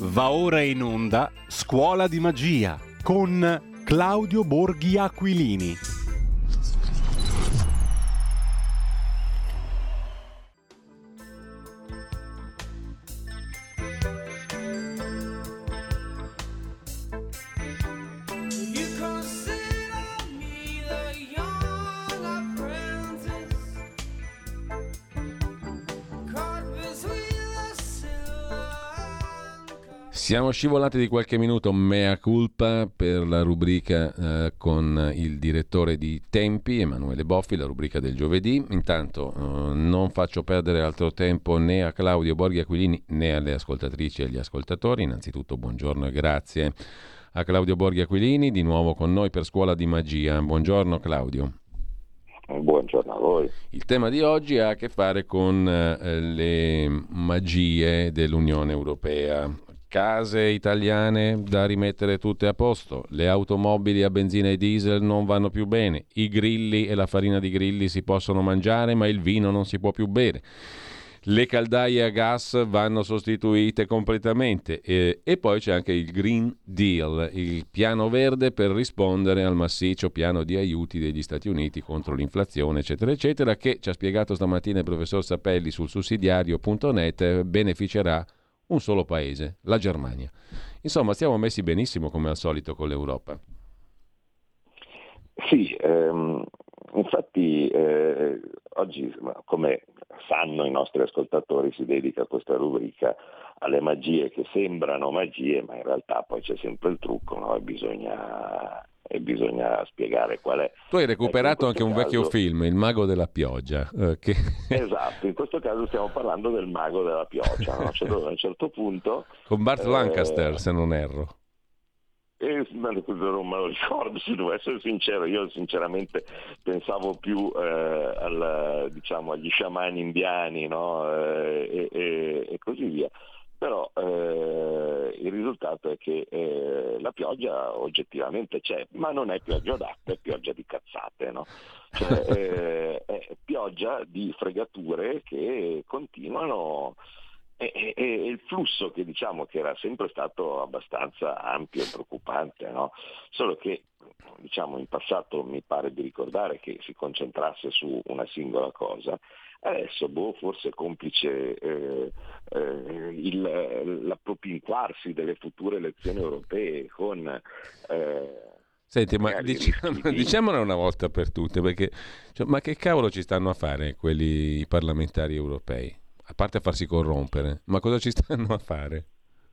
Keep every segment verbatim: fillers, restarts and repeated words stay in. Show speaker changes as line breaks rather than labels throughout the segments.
Va ora in onda Scuola di Magia con Claudio Borghi Aquilini.
Siamo scivolati di qualche minuto, mea culpa, per la rubrica eh, con il direttore di Tempi, Emanuele Boffi, la rubrica del giovedì. Intanto eh, non faccio perdere altro tempo né a Claudio Borghi Aquilini né alle ascoltatrici e agli ascoltatori. Innanzitutto buongiorno e grazie a Claudio Borghi Aquilini, di nuovo con noi per Scuola di Magia. Buongiorno Claudio.
Buongiorno a voi.
Il tema di oggi ha a che fare con eh, le magie dell'Unione Europea. Case italiane da rimettere tutte a posto, le automobili a benzina e diesel non vanno più bene, i grilli e la farina di grilli si possono mangiare ma il vino non si può più bere, le caldaie a gas vanno sostituite completamente e, e poi c'è anche il Green Deal, il piano verde per rispondere al massiccio piano di aiuti degli Stati Uniti contro l'inflazione eccetera eccetera, che ci ha spiegato stamattina il professor Sapelli sul sussidiario punto net beneficerà un solo paese, la Germania. Insomma, stiamo messi benissimo come al solito con l'Europa.
Sì, ehm, infatti eh, oggi, come sanno i nostri ascoltatori, si dedica questa rubrica alle magie che sembrano magie, ma in realtà poi c'è sempre il trucco, no? E bisogna... e bisogna spiegare qual è.
Tu hai recuperato
ecco,
anche un
caso...
vecchio film, Il mago della pioggia. Eh, che...
Esatto, in questo caso stiamo parlando del mago della pioggia, no? Cioè, a un certo punto...
Con Burt Lancaster,
eh...
se non erro.
Eh, non me lo ricordo, se devo essere sincero. Io sinceramente pensavo più eh, al, diciamo, agli sciamani indiani, no? eh, e, e, e così via. Però eh, il risultato è che eh, la pioggia oggettivamente c'è, ma non è pioggia d'acqua, è pioggia di cazzate, no? Cioè, eh, è pioggia di fregature che continuano e, e, e il flusso che diciamo che era sempre stato abbastanza ampio e preoccupante, no? Solo che diciamo in passato mi pare di ricordare che si concentrasse su una singola cosa. Adesso, boh, forse complice eh, eh, il, l'appropinquarsi delle future elezioni europee con... Eh,
Senti, ma diciamo, diciamolo una volta per tutte, perché cioè, ma che cavolo ci stanno a fare quelli i parlamentari europei? A parte a farsi corrompere, ma cosa ci stanno a fare?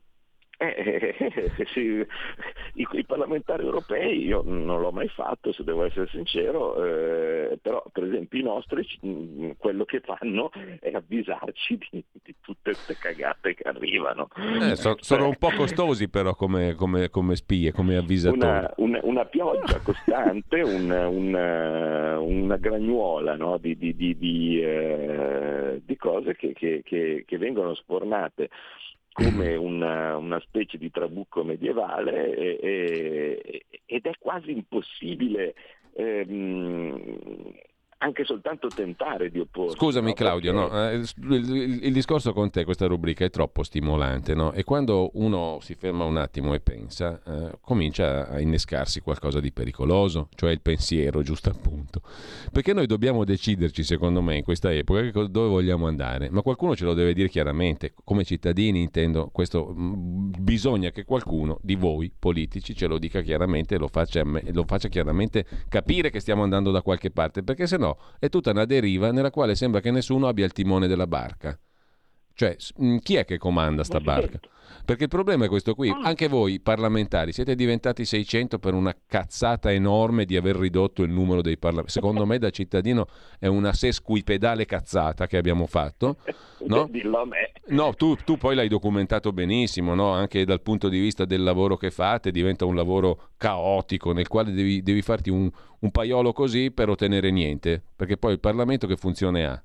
Eh, eh, sì, i, i parlamentari europei io non l'ho mai fatto, se devo essere sincero, eh, però per esempio i nostri quello che fanno è avvisarci di, di tutte queste cagate che arrivano.
Eh, so, sono un po' costosi però come, come, come spie, come avvisatori.
Una, una, una pioggia costante, un, un, una gragnuola, no? di, di, di, di, eh, di cose che, che, che, che vengono sfornate come una, una specie di trabucco medievale e, e, ed è quasi impossibile ehm, anche soltanto tentare di opporsi.
Scusami
no?
Claudio,
Perché...
no, il, il, il discorso con te, questa rubrica è troppo stimolante, no? E quando uno si ferma un attimo e pensa, eh, comincia a innescarsi qualcosa di pericoloso, cioè il pensiero, giusto appunto. Perché noi dobbiamo deciderci, secondo me, in questa epoca, che, dove vogliamo andare, ma qualcuno ce lo deve dire chiaramente, come cittadini intendo, questo mh, bisogna che qualcuno di voi politici ce lo dica chiaramente e lo faccia, lo faccia chiaramente capire che stiamo andando da qualche parte, perché sennò è tutta una deriva nella quale sembra che nessuno abbia il timone della barca. Cioè, chi è che comanda sta barca? Perché il problema è questo qui. Anche voi parlamentari siete diventati seicento per una cazzata enorme di aver ridotto il numero dei parlamentari. Secondo me da cittadino è una sesquipedale cazzata che abbiamo fatto, no?
Dillo a me.
No, tu, tu poi l'hai documentato benissimo, no? Anche dal punto di vista del lavoro che fate, diventa un lavoro caotico nel quale devi, devi farti un, un paiolo così per ottenere niente, perché poi il Parlamento che funzione ha?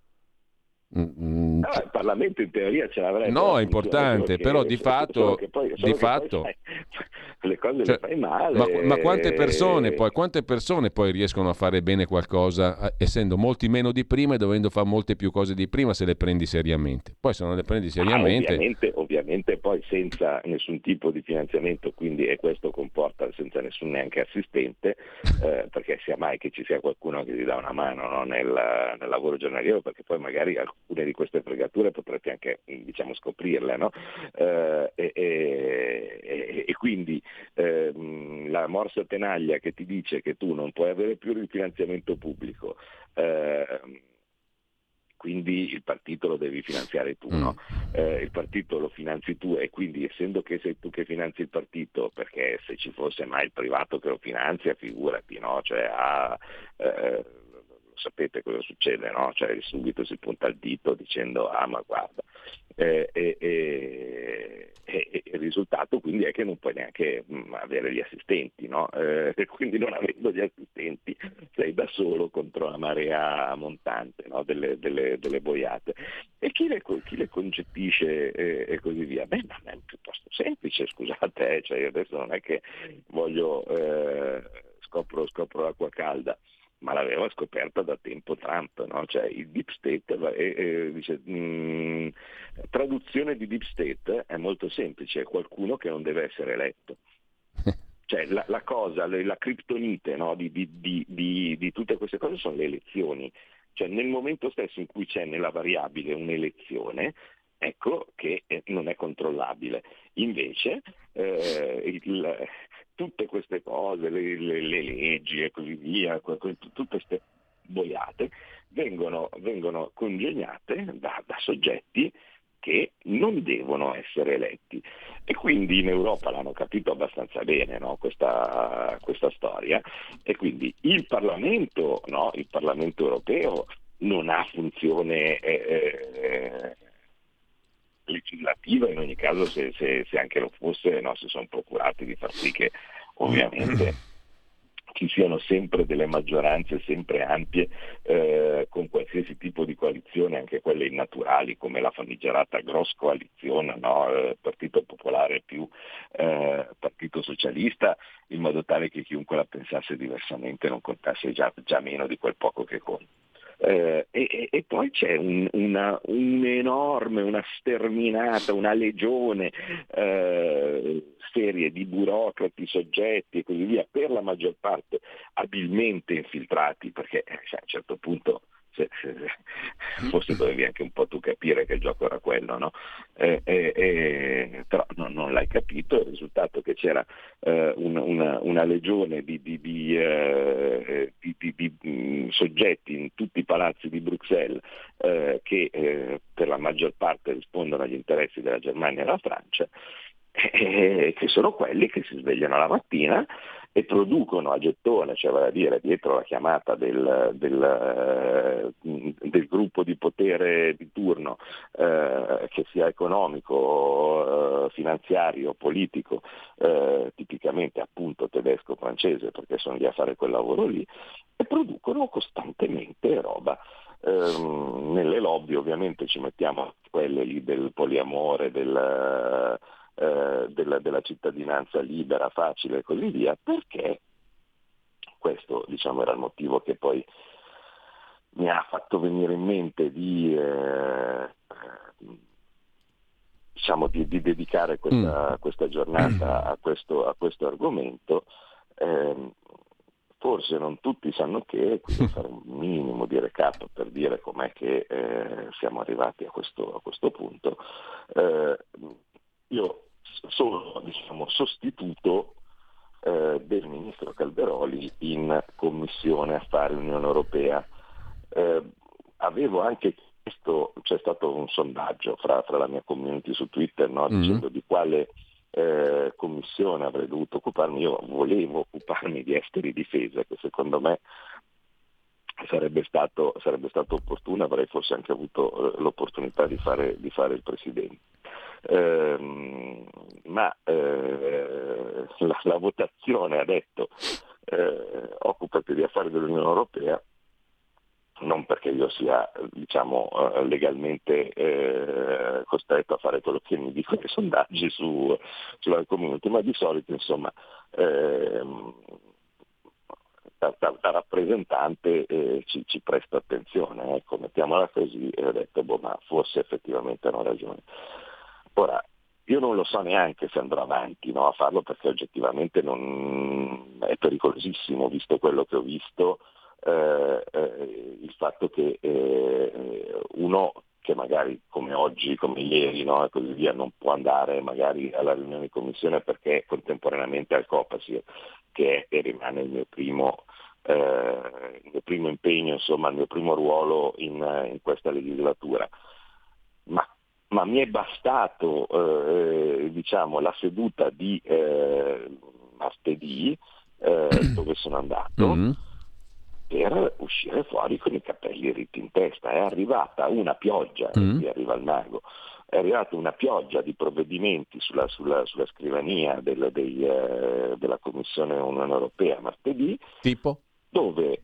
Mm, ah, il Parlamento in teoria ce l'avrebbe.
No, è importante, però di fatto,
poi,
di fatto...
Poi, sai, le cose
cioè,
le fai male.
Ma, ma quante persone poi, quante persone poi riescono a fare bene qualcosa, essendo molti meno di prima e dovendo fare molte più cose di prima, se le prendi seriamente? Poi se non le prendi seriamente...
Ah, ovviamente, ovviamente poi senza nessun tipo di finanziamento, quindi e questo comporta senza nessun neanche assistente, eh, perché sia mai che ci sia qualcuno che ti dà una mano, no, nel, nel lavoro giornaliero, perché poi magari alcune di queste fregature potresti anche, diciamo, scoprirle, no? Eh, e, e, e quindi eh, la morsa tenaglia che ti dice che tu non puoi avere più il finanziamento pubblico, eh, quindi il partito lo devi finanziare tu, no? Eh, il partito lo finanzi tu e quindi essendo che sei tu che finanzi il partito, perché se ci fosse mai il privato che lo finanzia, figurati, no? Cioè, ah, eh, sapete cosa succede, no? Cioè subito si punta il dito dicendo ah ma guarda, eh, e, e, e, e il risultato quindi è che non puoi neanche mh, avere gli assistenti, no? Eh, e quindi non avendo gli assistenti sei da solo contro la marea montante, no? delle, delle, delle boiate. E chi le, chi le concepisce e, e così via? Beh, ma è piuttosto semplice, scusate, eh, cioè io adesso non è che voglio eh, scopro, scopro l'acqua calda, ma l'aveva scoperta da tempo Trump, no? Cioè il deep state, eh, eh, dice, mh, traduzione di deep state è molto semplice, è qualcuno che non deve essere eletto. Cioè la, la cosa, la criptonite, no? di, di, di, di, di tutte queste cose sono le elezioni. Cioè nel momento stesso in cui c'è nella variabile un'elezione, ecco che non è controllabile. Invece eh, il, tutte queste cose, le, le, le leggi e così via, tutte queste boiate vengono, vengono congegnate da, da soggetti che non devono essere eletti. E quindi in Europa l'hanno capito abbastanza bene, no? questa, questa storia, e quindi il Parlamento, no? il Parlamento europeo non ha funzione eh, eh, legislativa, in ogni caso se, se, se anche lo fosse, no? si sono procurati di far sì che ovviamente ci siano sempre delle maggioranze sempre ampie eh, con qualsiasi tipo di coalizione, anche quelle innaturali come la famigerata gross coalizione, no? eh, Partito Popolare più eh, Partito Socialista, in modo tale che chiunque la pensasse diversamente non contasse già, già meno di quel poco che conta. Eh, e, e poi c'è un, una, un'enorme, una sterminata, una legione eh, serie di burocrati, soggetti e così via, per la maggior parte abilmente infiltrati, perché eh, a un certo punto se, se, forse dovevi anche un po' tu capire che il gioco era quello, no? Eh, eh, eh, però no, non l'hai capito, il risultato è che c'era eh, una, una, una legione di, di, di, eh, di, di, di mh, soggetti in tutti i palazzi di Bruxelles eh, che eh, per la maggior parte rispondono agli interessi della Germania e della Francia, eh, che sono quelli che si svegliano la mattina e producono a gettone, cioè vale a dire dietro la chiamata del, del, del gruppo di potere di turno, eh, che sia economico, eh, finanziario, politico, eh, tipicamente appunto tedesco, francese, perché sono lì a fare quel lavoro lì, e producono costantemente roba. Eh, nelle lobby ovviamente ci mettiamo quelle lì del poliamore, del... Eh, della, della cittadinanza libera, facile e così via, perché questo diciamo era il motivo che poi mi ha fatto venire in mente di, eh, diciamo di, di dedicare questa, mm. questa giornata a questo, a questo argomento. Eh, forse non tutti sanno che, quindi fare un minimo di recap per dire com'è che eh, siamo arrivati a questo, a questo punto. Eh, io sono diciamo, sostituto eh, del ministro Calderoli in Commissione Affari Unione Europea. Eh, avevo anche chiesto, c'è stato un sondaggio fra, fra la mia community su Twitter, no, mm-hmm. dicendo di quale eh, commissione avrei dovuto occuparmi. Io volevo occuparmi di esteri e difesa, che secondo me sarebbe stato, sarebbe stato opportuno, avrei forse anche avuto eh, l'opportunità di fare, di fare il presidente. Eh, ma eh, la, la votazione ha detto eh, occupati di affari dell'Unione Europea, non perché io sia diciamo legalmente eh, costretto a fare quello che mi dicono i sondaggi su, sulla community, ma di solito insomma ehm, da, da, da rappresentante eh, ci, ci presta attenzione, ecco, mettiamola così, e ho detto boh, ma forse effettivamente hanno ragione. Ora, io non lo so neanche se andrò avanti, no, a farlo, perché oggettivamente non è pericolosissimo, visto quello che ho visto, eh, eh, il fatto che eh, uno che magari come oggi, come ieri, no, e così via, non può andare magari alla riunione di commissione perché è contemporaneamente al Copasir, che è e rimane il mio primo, eh, il mio primo impegno, insomma il mio primo ruolo in, in questa legislatura. Ma ma mi è bastato eh, diciamo la seduta di eh, martedì eh, dove sono andato
mm-hmm.
per uscire fuori con i capelli ritti in testa. È arrivata una pioggia,
mm-hmm.
e qui arriva il mago, è arrivata una pioggia di provvedimenti sulla, sulla, sulla scrivania del, dei, eh, della Commissione Unione Europea martedì,
tipo?
Dove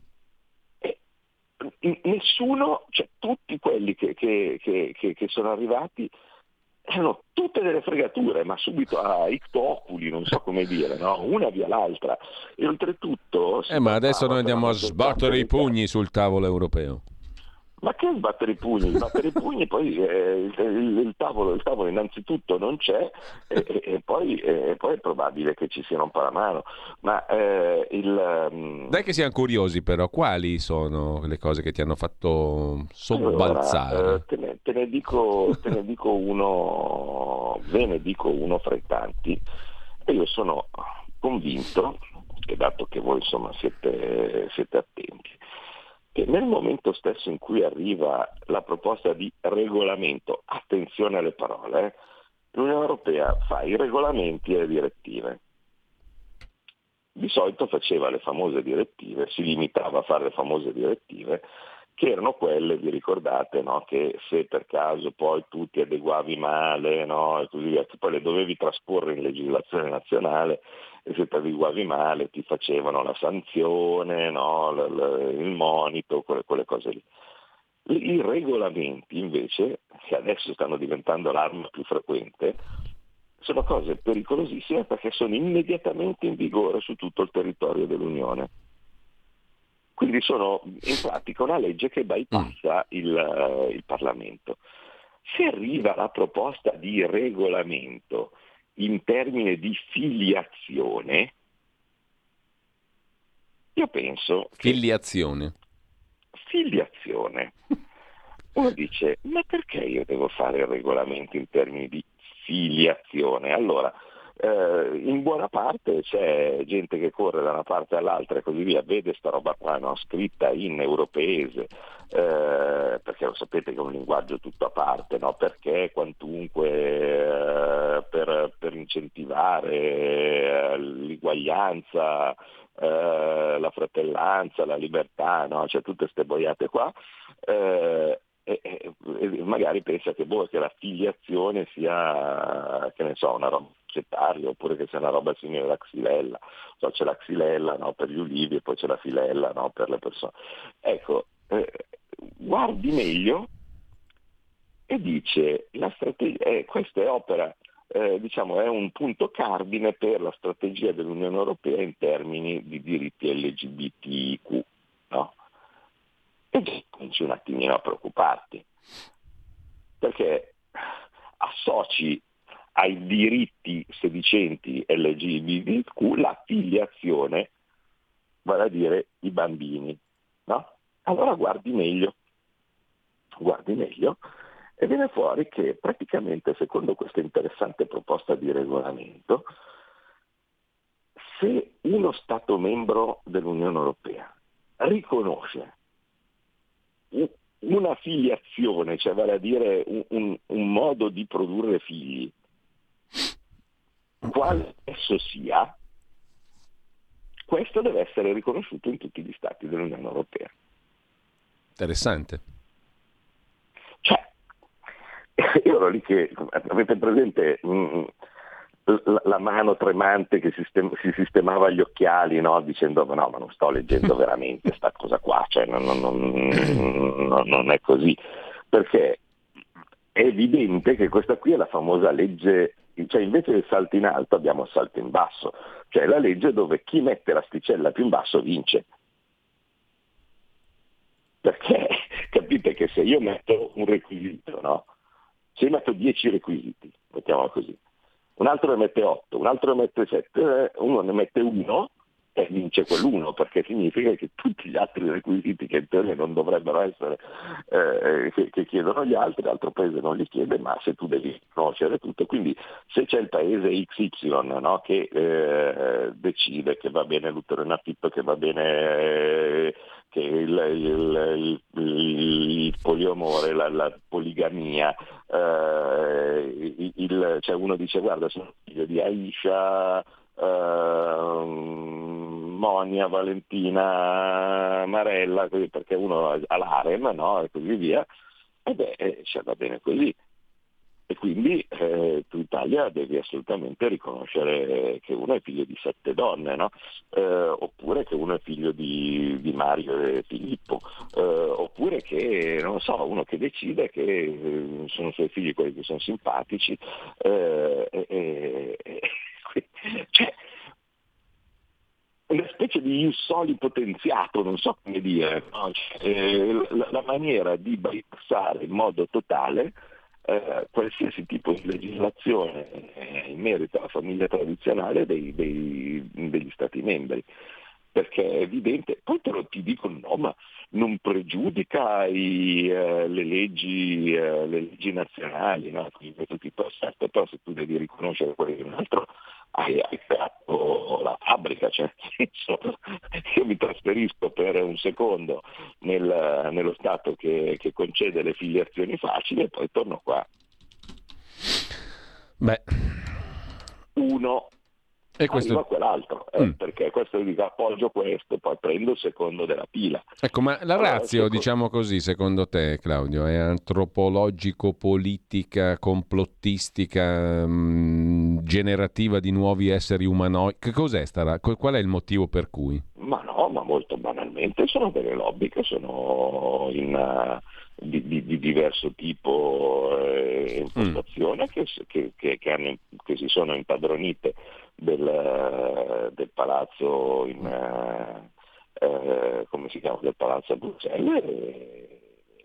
nessuno, cioè tutti quelli che, che, che, che sono arrivati erano tutte delle fregature, ma subito a icto oculi, non so come dire, no? Una via l'altra, e oltretutto
eh, ma adesso noi andiamo a sbattere i pugni sul tavolo europeo.
Ma che sbattere i pugni? Sbattere i pugni, poi eh, il, il, il, tavolo, il tavolo innanzitutto non c'è e, e, e, poi, e poi è probabile che ci sia un po' la mano. Ma eh, il... Um...
Dai che siamo curiosi però, quali sono le cose che ti hanno fatto sobbalzare?
Allora, eh, te, ne, te, ne dico, te ne dico uno, ve ne dico uno fra i tanti, e io sono convinto, che dato che voi insomma siete, siete attenti, che nel momento stesso in cui arriva la proposta di regolamento, attenzione alle parole, l'Unione Europea fa i regolamenti e le direttive. Di solito faceva le famose direttive, si limitava a fare le famose direttive, che erano quelle, vi ricordate, no? Che se per caso poi tu ti adeguavi male, no? E così via, che poi le dovevi trasporre in legislazione nazionale, e se ti adeguavi male ti facevano la sanzione, no? l- l- il monito, quelle, quelle cose lì. I regolamenti invece, che adesso stanno diventando l'arma più frequente, sono cose pericolosissime perché sono immediatamente in vigore su tutto il territorio dell'Unione. Quindi sono in pratica una legge che bypassa il, uh, il Parlamento. Se arriva la proposta di regolamento in termini di filiazione, io penso che...
Filiazione.
Filiazione. Uno dice, ma perché io devo fare il regolamento in termini di filiazione? Allora, eh, in buona parte c'è gente che corre da una parte all'altra e così via, vede sta roba qua, no? Scritta in europeese, eh, perché lo sapete che è un linguaggio tutto a parte, no? Perché quantunque eh, per, per incentivare eh, l'uguaglianza, eh, la fratellanza, la libertà, no? Cioè tutte ste boiate qua, eh, E, e, e magari pensa che, boh, che la filiazione sia, che ne so, una roba societaria, oppure che sia una roba simile alla xylella. So, c'è la xylella, no, per gli ulivi, e poi c'è la filella, no, per le persone. Ecco, eh, guardi meglio e dice la strategia, eh, questa è opera, eh, diciamo, è un punto cardine per la strategia dell'Unione Europea in termini di diritti L G B T Q, no? E cominci un attimino a preoccuparti, perché associ ai diritti sedicenti L G B T Q la filiazione, vale a dire i bambini, no? Allora guardi meglio, guardi meglio e viene fuori che praticamente, secondo questa interessante proposta di regolamento, se uno Stato membro dell'Unione Europea riconosce una filiazione, cioè vale a dire un, un, un modo di produrre figli, quale esso sia, questo deve essere riconosciuto in tutti gli Stati dell'Unione Europea.
Interessante.
Cioè, io ero lì che, avete presente, mh, la, la mano tremante che sistem- si sistemava gli occhiali, no? Dicendo no, ma non sto leggendo veramente sta cosa qua, cioè non, non, non, non è così, perché è evidente che questa qui è la famosa legge, cioè invece del salto in alto abbiamo il salto in basso, cioè la legge dove chi mette l'asticella più in basso vince. Perché capite che se io metto un requisito, no? Se io metto dieci requisiti, mettiamola così, un altro ne mette otto, un altro ne mette sette, uno ne mette uno e vince quell'uno, perché significa che tutti gli altri requisiti che in teoria non dovrebbero essere, eh, che, che chiedono gli altri, l'altro paese non li chiede, ma se tu devi conoscere tutto, quindi se c'è il paese X Y, no, che eh, decide che va bene l'utero in affitto, che va bene eh, che il, il, il, il poliamore, la, la poligamia, eh, il, il, cioè uno dice guarda sono figlio di Aisha, Uh, Monia, Valentina, Marella, così, perché uno ha l'harem, no? E così via, e beh, eh, cioè, va bene così. E quindi eh, tu Italia devi assolutamente riconoscere che uno è figlio di sette donne, no? Eh, oppure che uno è figlio di, di Mario e Filippo, eh, oppure che, non so, uno che decide che eh, sono suoi figli quelli che sono simpatici, eh, eh, eh, cioè, una specie di ius soli potenziato, non so come dire, no? Cioè, eh, la, la maniera di bypassare in modo totale eh, qualsiasi tipo di legislazione eh, in merito alla famiglia tradizionale dei, dei, degli Stati membri. Perché è evidente, poi te lo ti dicono no, ma non pregiudica i, eh, le, leggi, eh, le leggi nazionali, no? Quindi tutti perfetto, però se tu devi riconoscere quello di un altro hai, hai creato la fabbrica, cioè nel senso, io mi trasferisco per un secondo nel, nello Stato che, che concede le filiazioni facili e poi torno qua.
Beh.
Uno
E questo...
arriva quell'altro, eh,
mm.
perché questo dico appoggio questo, poi prendo il secondo della pila.
Ecco, ma la
allora,
ratio,
secondo...
diciamo così, secondo te, Claudio, è antropologico-politica, complottistica, mh, generativa di nuovi esseri umanoidi? Che cos'è sta ra- Qual è il motivo per cui?
Ma no, ma molto banalmente sono delle lobby che sono in, uh, di, di, di diverso tipo e uh, impostazione mm. che, che, che, che, hanno, che si sono impadronite del, uh, del palazzo in, uh, uh, come si chiama, del palazzo a Bruxelles e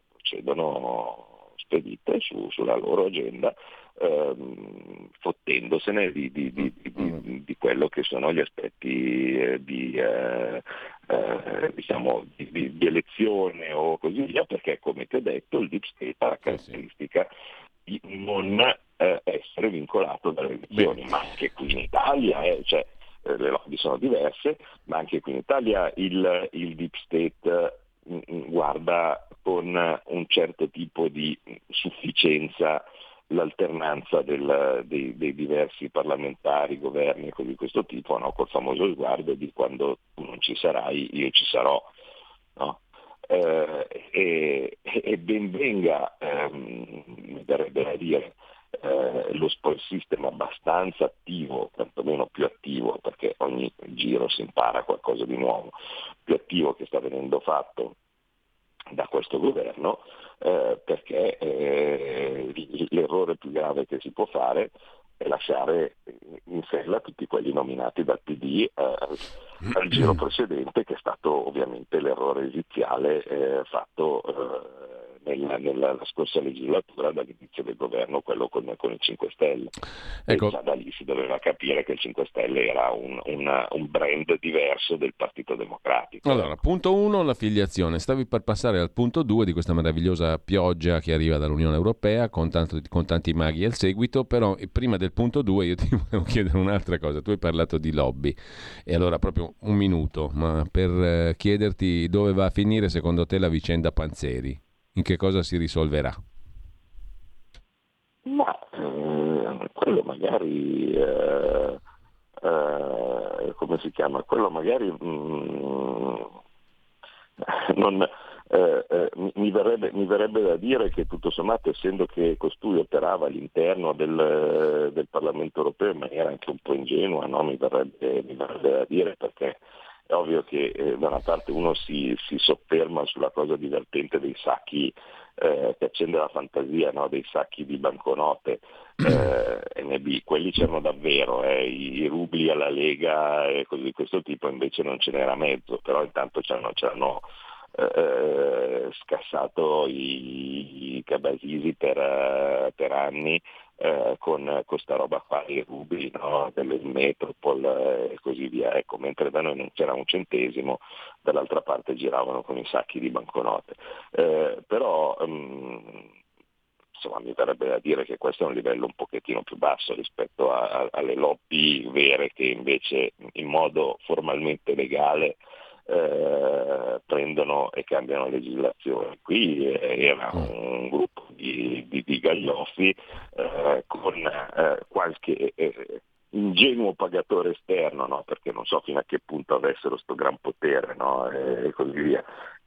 procedono spedite su, sulla loro agenda, ehm, fottendosene di, di, di, di, di quello che sono gli aspetti eh, di, eh, eh, diciamo, di, di, di elezione o così via, perché come ti ho detto il Deep State ha la caratteristica di non eh, essere vincolato dalle elezioni, ma anche qui in Italia, eh, cioè, eh, le lobby sono diverse, ma anche qui in Italia il, il Deep State guarda con un certo tipo di sufficienza l'alternanza del, dei, dei diversi parlamentari, governi e cose di questo tipo, no? Col famoso sguardo di quando tu non ci sarai io ci sarò, no? eh, e, e ben venga, ehm, mi verrebbe da dire, eh, lo spoil system abbastanza attivo, quantomeno più attivo, perché ogni giro si impara qualcosa di nuovo, più attivo che sta venendo fatto da questo governo, eh, perché eh, l'errore più grave che si può fare è lasciare in sella tutti quelli nominati dal P D eh, al giro precedente, che è stato ovviamente l'errore esiziale eh, fatto eh, nella, nella scorsa legislatura dall'inizio del governo, quello con, con il cinque Stelle. Ecco. E già da lì si doveva capire che il cinque Stelle era un, una, un brand diverso del Partito Democratico.
Allora, punto uno, la filiazione. Stavi per passare al punto due di questa meravigliosa pioggia che arriva dall'Unione Europea con, tanto, con tanti maghi al seguito, però prima del punto due io ti volevo chiedere un'altra cosa. Tu hai parlato di lobby e allora proprio un minuto, ma per eh, chiederti dove va a finire secondo te la vicenda Panzeri? In che cosa si risolverà?
Ma eh, quello magari eh, eh, come si chiama? Quello magari mh, non, eh, eh, mi, mi, verrebbe, mi verrebbe da dire che tutto sommato, essendo che costui operava all'interno del, del Parlamento europeo in maniera anche un po' ingenua, no? mi, verrebbe, mi verrebbe da dire, perché è ovvio che eh, da una parte uno si, si sofferma sulla cosa divertente dei sacchi eh, che accende la fantasia, no? dei sacchi di banconote eh, N B, quelli c'erano davvero, eh, i, i rubli alla Lega e cose di questo tipo invece non ce n'era mezzo, però intanto c'erano, c'erano eh, scassato i, i cabasisi per, eh, per anni eh, con questa roba qua, i rubli, no? delle Metropol eh, e così via, ecco, mentre da noi non c'era un centesimo, dall'altra parte giravano con i sacchi di banconote. Eh, però um, insomma mi verrebbe da dire che questo è un livello un pochettino più basso rispetto a, a, alle lobby vere che invece in modo formalmente legale eh, prendono e cambiano legislazione. Qui eh, era un gruppo di, di, di gaglioffi eh, con eh, qualche eh, ingenuo pagatore esterno, no? Perché non so fino a che punto avessero sto gran potere, no? e, e così via,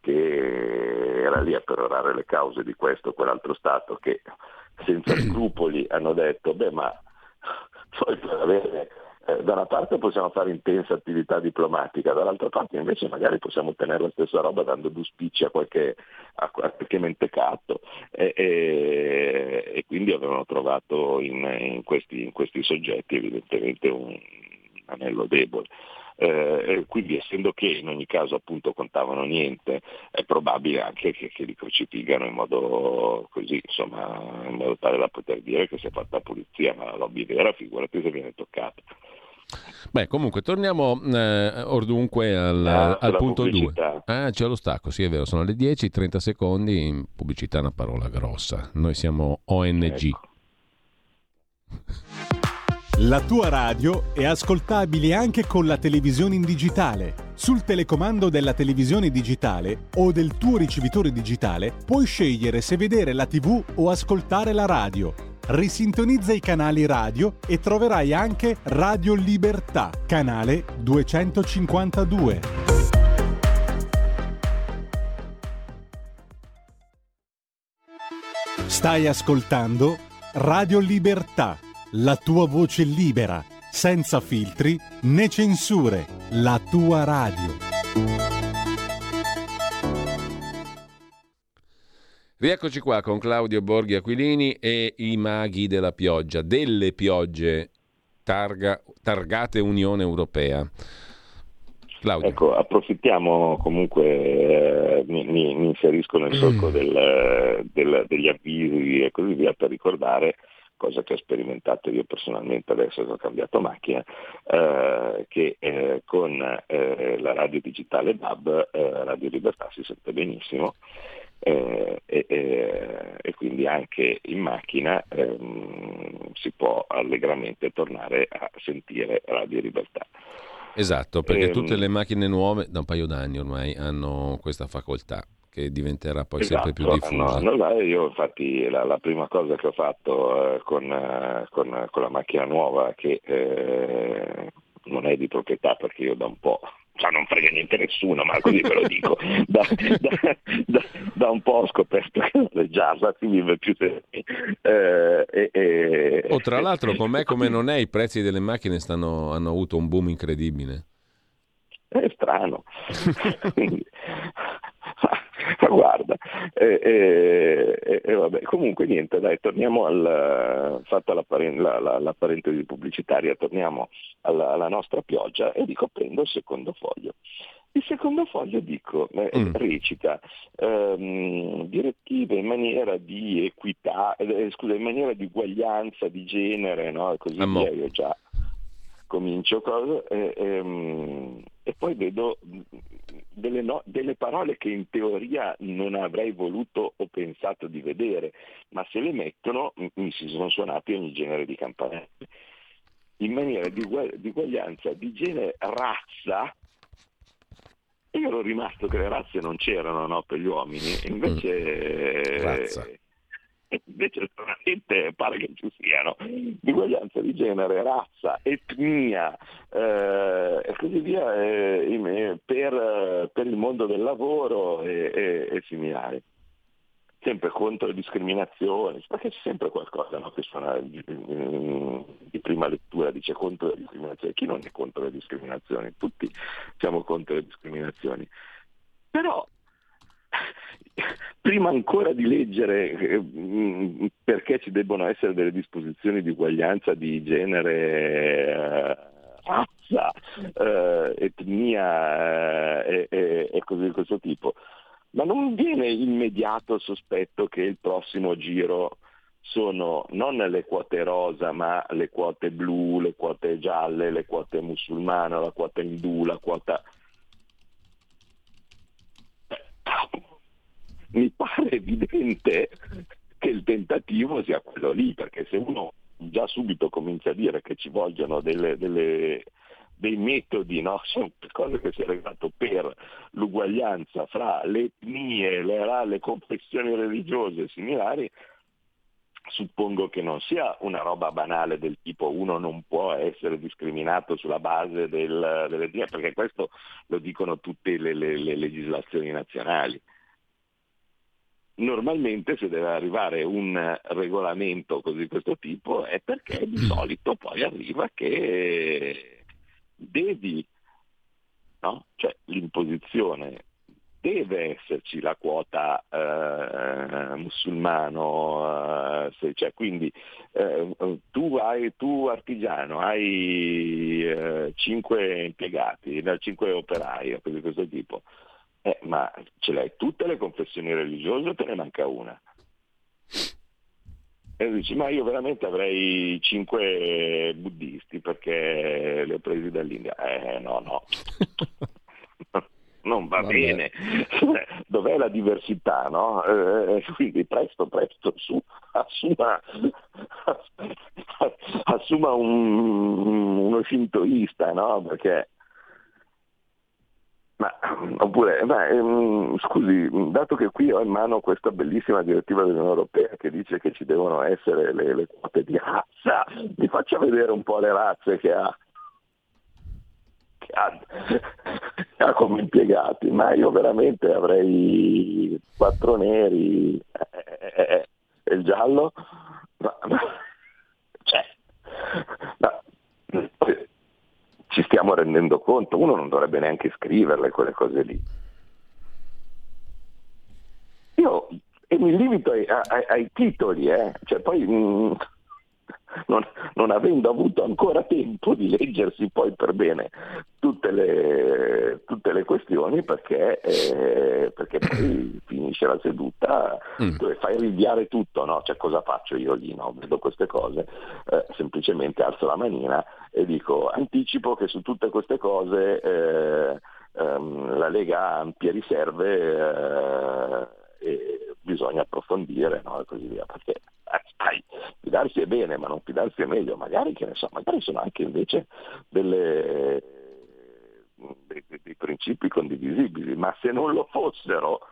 che era lì a perorare le cause di questo o quell'altro Stato, che senza scrupoli hanno detto beh ma poi per avere eh, da una parte possiamo fare intensa attività diplomatica, dall'altra parte invece magari possiamo ottenere la stessa roba dando due spicci a qualche, a qualche mentecato e, e, e quindi avevano trovato in, in, questi, in questi soggetti evidentemente un anello debole. Eh, quindi essendo che in ogni caso appunto contavano niente, è probabile anche che, che li crocifigano in modo così, insomma, in modo tale da poter dire che si è fatta pulizia, ma la lobby vera figurati se viene toccata.
Beh, comunque torniamo eh, or dunque al,
ah,
al punto due. Ah, c'è lo stacco, sì è vero, sono le dieci, trenta secondi, in pubblicità è una parola grossa. Noi siamo O N G.
Ecco.
La tua radio è ascoltabile anche con la televisione in digitale. Sul telecomando della televisione digitale o del tuo ricevitore digitale puoi scegliere se vedere la tivù o ascoltare la radio. Risintonizza i canali radio e troverai anche Radio Libertà, canale duecentocinquantadue. Stai ascoltando Radio Libertà, la tua voce libera, senza filtri né censure, la tua radio.
Rieccoci qua con Claudio Borghi Aquilini e i maghi della pioggia, delle piogge targa, targate Unione Europea. Claudio.
Ecco, approfittiamo comunque, eh, mi, mi, mi inserisco nel solco del, del, degli avvisi e così via per ricordare, cosa che ho sperimentato io personalmente adesso che ho cambiato macchina, eh, che eh, con eh, la radio digitale D A B eh, Radio Libertà si sente benissimo. Eh, e, e, e quindi anche in macchina ehm, si può allegramente tornare a sentire Radio Libertà.
Esatto, perché
ehm,
tutte le macchine nuove da un paio d'anni ormai hanno questa facoltà che diventerà poi
esatto,
sempre più diffusa.
No, no, io infatti la, la prima cosa che ho fatto eh, con, eh, con, con la macchina nuova, che eh, non è di proprietà perché io da un po', cioè non frega niente nessuno, ma così ve lo dico, da, da, da, da un po' ho scoperto che le Java si vive più sereni. Eh, e, e,
oh, tra l'altro, com'è come non è, i prezzi delle macchine stanno, hanno avuto un boom incredibile.
È strano. Quindi, ma guarda, e, e, e vabbè, comunque niente, dai, torniamo al, fatta la, la, la, la parentesi pubblicitaria, torniamo alla, alla nostra pioggia e dico prendo il secondo foglio. Il secondo foglio dico, eh, mm. recita ehm, direttive in maniera di equità, eh, scusa, in maniera di uguaglianza di genere, no? E così
Amo.
via, io già comincio cosa, e, e, e poi vedo delle, no, delle parole che in teoria non avrei voluto o pensato di vedere, ma se le mettono mi si sono suonati ogni genere di campanelle. In maniera di, uguag- di uguaglianza di genere, razza, e io ero rimasto che le razze non c'erano, no, per gli uomini, invece
razza.
invece stranamente pare che ci siano, disuguaglianza di genere, razza, etnia eh, e così via eh, per, per il mondo del lavoro e, e, e similari. Sempre contro le discriminazioni, perché c'è sempre qualcosa, no, che suona di, di prima lettura, dice contro le discriminazioni. Chi non è contro le discriminazioni? Tutti siamo contro le discriminazioni. Però prima ancora di leggere eh, perché ci debbono essere delle disposizioni di uguaglianza di genere, eh, razza, eh, etnia eh, e, e cose di questo tipo, ma non viene immediato il sospetto che il prossimo giro sono non le quote rosa, ma le quote blu, le quote gialle, le quote musulmane, la quota indù, la quota... Mi pare evidente che il tentativo sia quello lì, perché se uno già subito comincia a dire che ci vogliono delle... delle dei metodi, no? Sono cose che si è regolato per l'uguaglianza fra le etnie, le, le confessioni religiose similari, suppongo che non sia una roba banale del tipo uno non può essere discriminato sulla base del, dell'etnia, perché questo lo dicono tutte le, le, le legislazioni nazionali. Normalmente se deve arrivare un regolamento così di questo tipo è perché di solito poi arriva che devi, no? Cioè l'imposizione deve esserci la quota eh, musulmano, eh, se, cioè, quindi eh, tu hai tu artigiano hai eh, cinque impiegati, cinque operai o cose di questo tipo, eh, ma ce l'hai tutte le confessioni religiose o te ne manca una? E dici, ma io veramente avrei cinque buddisti perché li ho presi dall'India. Eh no, no, non va Vabbè. bene. Dov'è la diversità, no? Eh, quindi presto, presto, su, assuma, assuma un, uno shintoista, no? Perché... Ma, oppure, ma, ehm, scusi, dato che qui ho in mano questa bellissima direttiva dell'Unione Europea che dice che ci devono essere le, le quote di razza, mi faccia vedere un po' le razze che ha, che ha, che ha come impiegati, ma io veramente avrei quattro neri e eh, eh, il giallo, ma, ma, cioè, ma, ci stiamo rendendo conto, uno non dovrebbe neanche scriverle quelle cose lì. Io e mi limito ai, ai, ai titoli, eh. Cioè poi mh, non, non avendo avuto ancora tempo di leggersi poi per bene tutte le, tutte le questioni, perché, eh, perché poi finisce la seduta, mm. dove fai rinviare tutto, no? Cioè cosa faccio io lì, no? Vedo queste cose, eh, semplicemente alzo la manina e dico, anticipo che su tutte queste cose eh, ehm, la Lega ha ampie riserve eh, e bisogna approfondire, no? E così via, perché eh, sai, fidarsi è bene, ma non fidarsi è meglio, magari che ne so, magari sono anche invece delle dei, dei principi condivisibili, ma se non lo fossero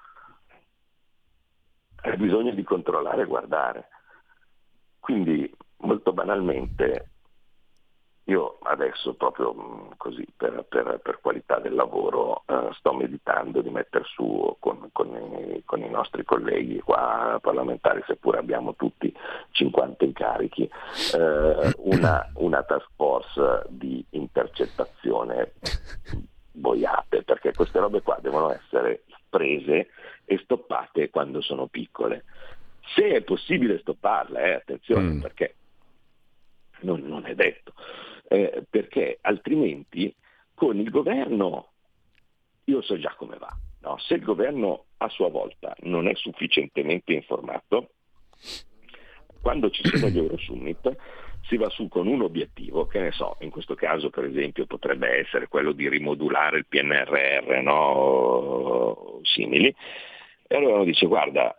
è bisogno di controllare e guardare. Quindi molto banalmente io adesso proprio così per, per, per qualità del lavoro eh, sto meditando di mettere su con, con, i, con i nostri colleghi qua parlamentari, seppure abbiamo tutti cinquanta incarichi, eh, una, una task force di intercettazione boiate, perché queste robe qua devono essere prese e stoppate quando sono piccole. Se è possibile stopparle, eh, attenzione, mm. perché non, non è detto. Eh, perché altrimenti con il governo io so già come va, no? Se il governo a sua volta non è sufficientemente informato, quando ci sono gli Eurosummit si va su con un obiettivo, che ne so, in questo caso per esempio potrebbe essere quello di rimodulare il P N R R, no? Simili, e allora uno dice guarda,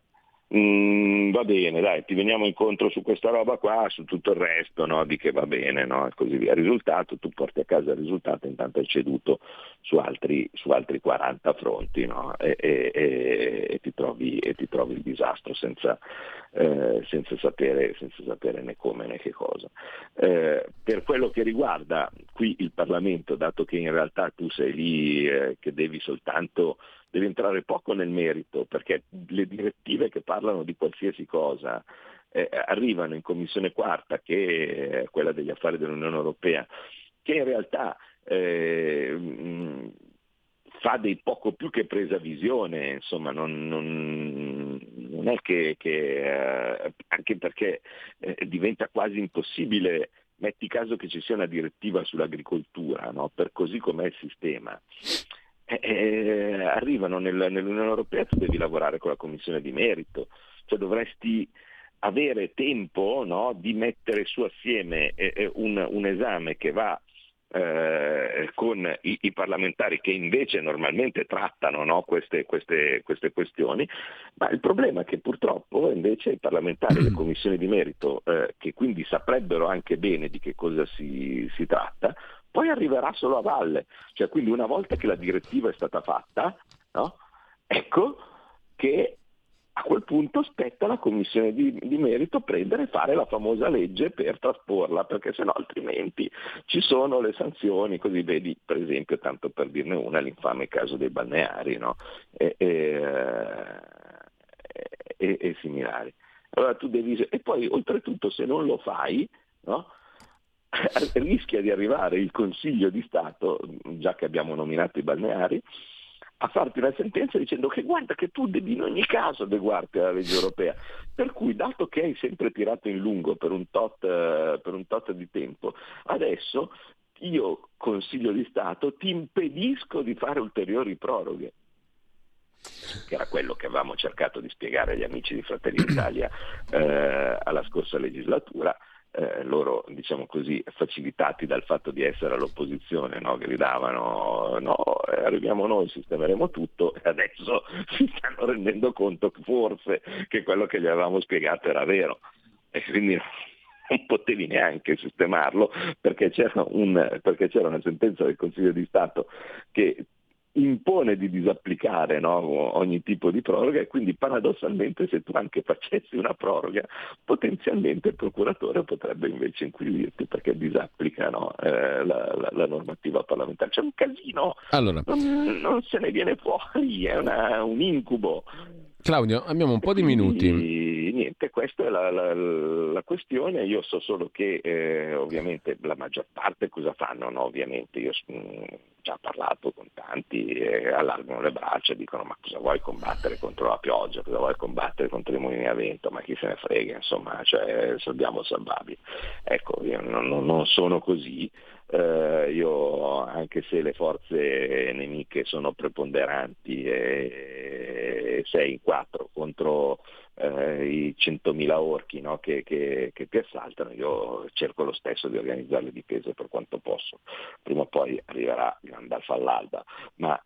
Mm, va bene, dai, ti veniamo incontro su questa roba qua, su tutto il resto, no? Di che va bene, no? E così via. Il risultato, tu porti a casa il risultato, intanto hai ceduto su altri, su altri quaranta fronti, no? E, e, e, e, ti trovi, e ti trovi il disastro senza, eh, senza, sapere, senza sapere né come né che cosa. Eh, per quello che riguarda qui il Parlamento, dato che in realtà tu sei lì eh, che devi soltanto devi entrare poco nel merito, perché le direttive che parlano di qualsiasi cosa eh, arrivano in Commissione Quarta, che è quella degli affari dell'Unione Europea, che in realtà eh, mh, fa dei poco più che presa visione, insomma non, non, non è che, che eh, anche perché eh, diventa quasi impossibile. Metti caso che ci sia una direttiva sull'agricoltura, no? Per così com'è il sistema. Eh, eh, arrivano nel, nell'Unione Europea, tu devi lavorare con la Commissione di merito, cioè dovresti avere tempo, no, di mettere su assieme eh, un, un esame che va eh, con i, i parlamentari che invece normalmente trattano, no, queste, queste, queste questioni, ma il problema è che purtroppo invece i parlamentari, le commissioni di merito, eh, che quindi saprebbero anche bene di che cosa si, si tratta, poi arriverà solo a valle, cioè quindi una volta che la direttiva è stata fatta, no? Ecco che a quel punto spetta alla commissione di, di merito prendere e fare la famosa legge per trasporla, perché sennò altrimenti ci sono le sanzioni, così vedi per esempio, tanto per dirne una, l'infame caso dei balneari, no? e, e, e, e similari. Allora tu devi, e poi oltretutto se non lo fai, no? Rischia di arrivare il Consiglio di Stato, già che abbiamo nominato i balneari, a farti una sentenza dicendo che guarda che tu devi in ogni caso adeguarti alla legge europea, per cui dato che hai sempre tirato in lungo per un tot, per un tot di tempo, adesso io Consiglio di Stato ti impedisco di fare ulteriori proroghe, che era quello che avevamo cercato di spiegare agli amici di Fratelli d'Italia eh, alla scorsa legislatura. Eh, loro, diciamo così, facilitati dal fatto di essere all'opposizione, no? Gridavano no, eh, arriviamo noi, sistemeremo tutto, e adesso si stanno rendendo conto forse che quello che gli avevamo spiegato era vero, e quindi non potevi neanche sistemarlo perché c'era, un, perché c'era una sentenza del Consiglio di Stato che impone di disapplicare, no, ogni tipo di proroga, e quindi paradossalmente se tu anche facessi una proroga potenzialmente il procuratore potrebbe invece inquisirti perché disapplica, no, eh, la, la, la normativa parlamentare. C'è un casino,
allora,
non, non se ne viene fuori, è una, un incubo.
Claudio, abbiamo un po' di
Quindi,
minuti.
Niente, questa è la, la, la questione. Io so solo che eh, ovviamente la maggior parte cosa fanno, no? Ovviamente io ho già parlato con tanti, eh, allargano le braccia e dicono ma cosa vuoi combattere contro la pioggia, cosa vuoi combattere contro i mulini a vento, ma chi se ne frega, insomma, cioè salviamo salvabili. Ecco, io non, non sono così. Uh, io, anche se le forze nemiche sono preponderanti e sei in quattro contro uh, i centomila orchi, no, che, che, che ti assaltano, io cerco lo stesso di organizzare le difese per quanto posso. Prima o poi arriverà Gandalf all'alba, ma,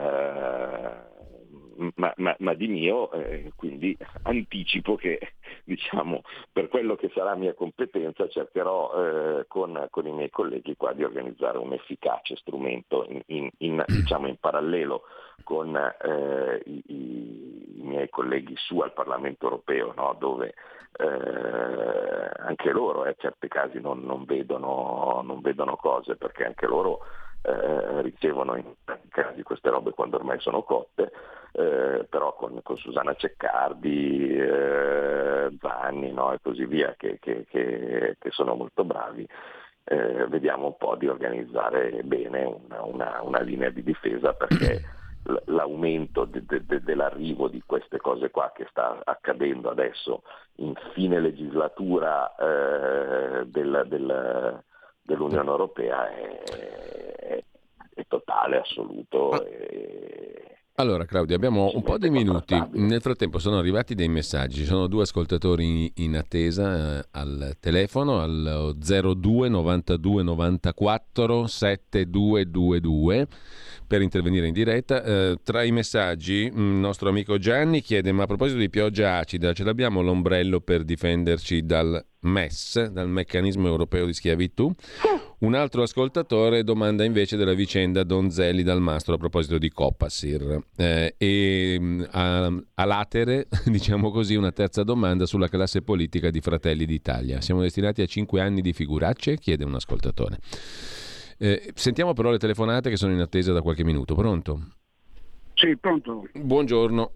uh, ma, ma, ma di mio eh, quindi anticipo che, diciamo, per quello che sarà mia competenza cercherò eh, con, con i miei colleghi qua di organizzare un efficace strumento in, in, in, diciamo, in parallelo con eh, i, i miei colleghi su al Parlamento europeo, no? Dove eh, anche loro in eh, certi casi non, non, vedono, non vedono cose, perché anche loro Eh, ricevono in tanti casi queste robe quando ormai sono cotte, eh, però con, con Susanna Ceccardi, eh, Zanni, no, e così via, che, che, che, che sono molto bravi, eh, vediamo un po' di organizzare bene una, una, una linea di difesa, perché l'aumento de, de, de, dell'arrivo di queste cose qua che sta accadendo adesso in fine legislatura eh, del, del dell'Unione Europea è, è, è totale, assoluto. E,
Allora Claudia, abbiamo un po' di minuti, nel frattempo sono arrivati dei messaggi, ci sono due ascoltatori in attesa eh, al telefono al zero due novantadue novantaquattro settantadue per intervenire in diretta. Eh, tra i messaggi il nostro amico Gianni chiede: ma a proposito di pioggia acida, ce l'abbiamo l'ombrello per difenderci dal M E S, dal meccanismo europeo di schiavitù? Un altro ascoltatore domanda invece della vicenda Donzelli dal Mastro a proposito di Copasir. Eh, e a, a latere, diciamo così, una terza domanda sulla classe politica di Fratelli d'Italia. Siamo destinati a cinque anni di figuracce? Chiede un ascoltatore. Eh, sentiamo però le telefonate che sono in attesa da qualche minuto. Pronto?
Sì, pronto.
Buongiorno.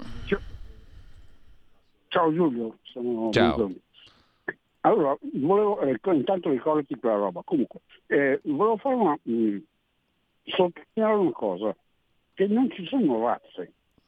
Ciao Giulio. Sono
Ciao.
Buongiorno. Allora, volevo, eh, intanto ricordati quella roba. Comunque, eh, volevo fare una, mh, sottolineare una cosa, che non ci sono razze.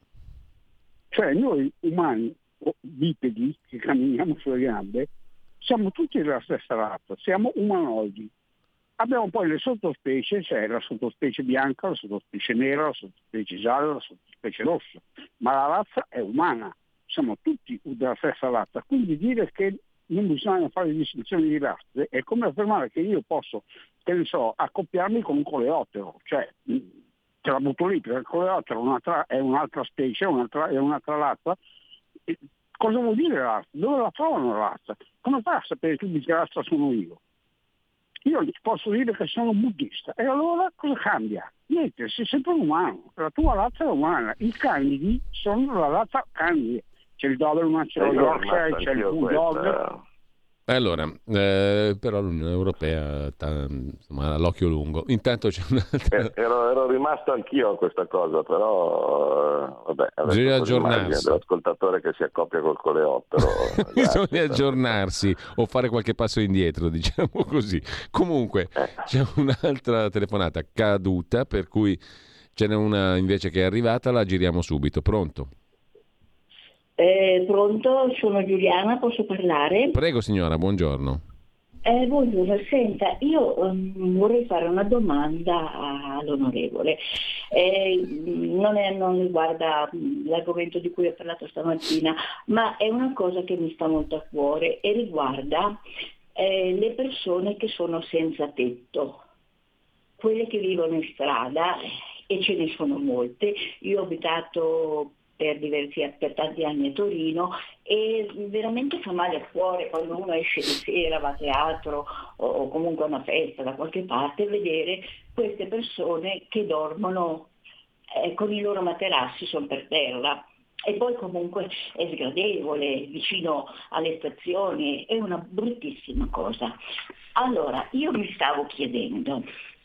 Cioè noi umani, o bipedi, che camminiamo sulle gambe, siamo tutti della stessa razza, siamo umanoidi. Abbiamo poi le sottospecie, cioè la sottospecie bianca, la sottospecie nera, la sottospecie gialla, la sottospecie rossa, ma la razza è umana, siamo tutti della stessa razza, quindi dire che non bisogna fare distinzioni di razze è come affermare che io posso, che ne so, accoppiarmi con un coleottero, cioè te la butto lì, perché il coleottero è un'altra, è un'altra specie, è un'altra, è un'altra razza. E cosa vuol dire razza? Dove la trovano la razza? Come fai a sapere tu di che razza sono io? Io ti posso dire che sono buddista, e allora cosa cambia? Niente, sei sempre un umano, la tua razza è umana, i candidi sono la razza candide. C'è il Doberman, c'è lo Yorkshire, c'è il Bulldog.
Allora, eh, però l'Unione Europea ta, insomma, ha l'occhio lungo. Intanto c'è un'altra...
Eh, ero, ero rimasto anch'io a questa cosa, però eh, vabbè,
bisogna aggiornarsi.
Dell'ascoltatore che si accoppia col coleottero.
Bisogna aggiornarsi o fare qualche passo indietro, diciamo così. Comunque
eh.
c'è un'altra telefonata caduta, per cui ce n'è una invece che è arrivata, la giriamo subito. Pronto?
Eh, pronto, sono Giuliana, posso parlare?
Prego signora, buongiorno.
Eh, buongiorno, senta, io um, vorrei fare una domanda all'onorevole. Eh, non, è, non riguarda l'argomento di cui ho parlato stamattina, ma è una cosa che mi sta molto a cuore e riguarda eh, le persone che sono senza tetto, quelle che vivono in strada, e ce ne sono molte. Io ho abitato per diversi per tanti anni a Torino e veramente fa male a cuore quando uno esce di sera, va a teatro o comunque a una festa da qualche parte, vedere queste persone che dormono eh, con i loro materassi son per terra. E poi comunque è sgradevole, vicino alle stazioni, è una bruttissima cosa. Allora, io mi stavo chiedendo,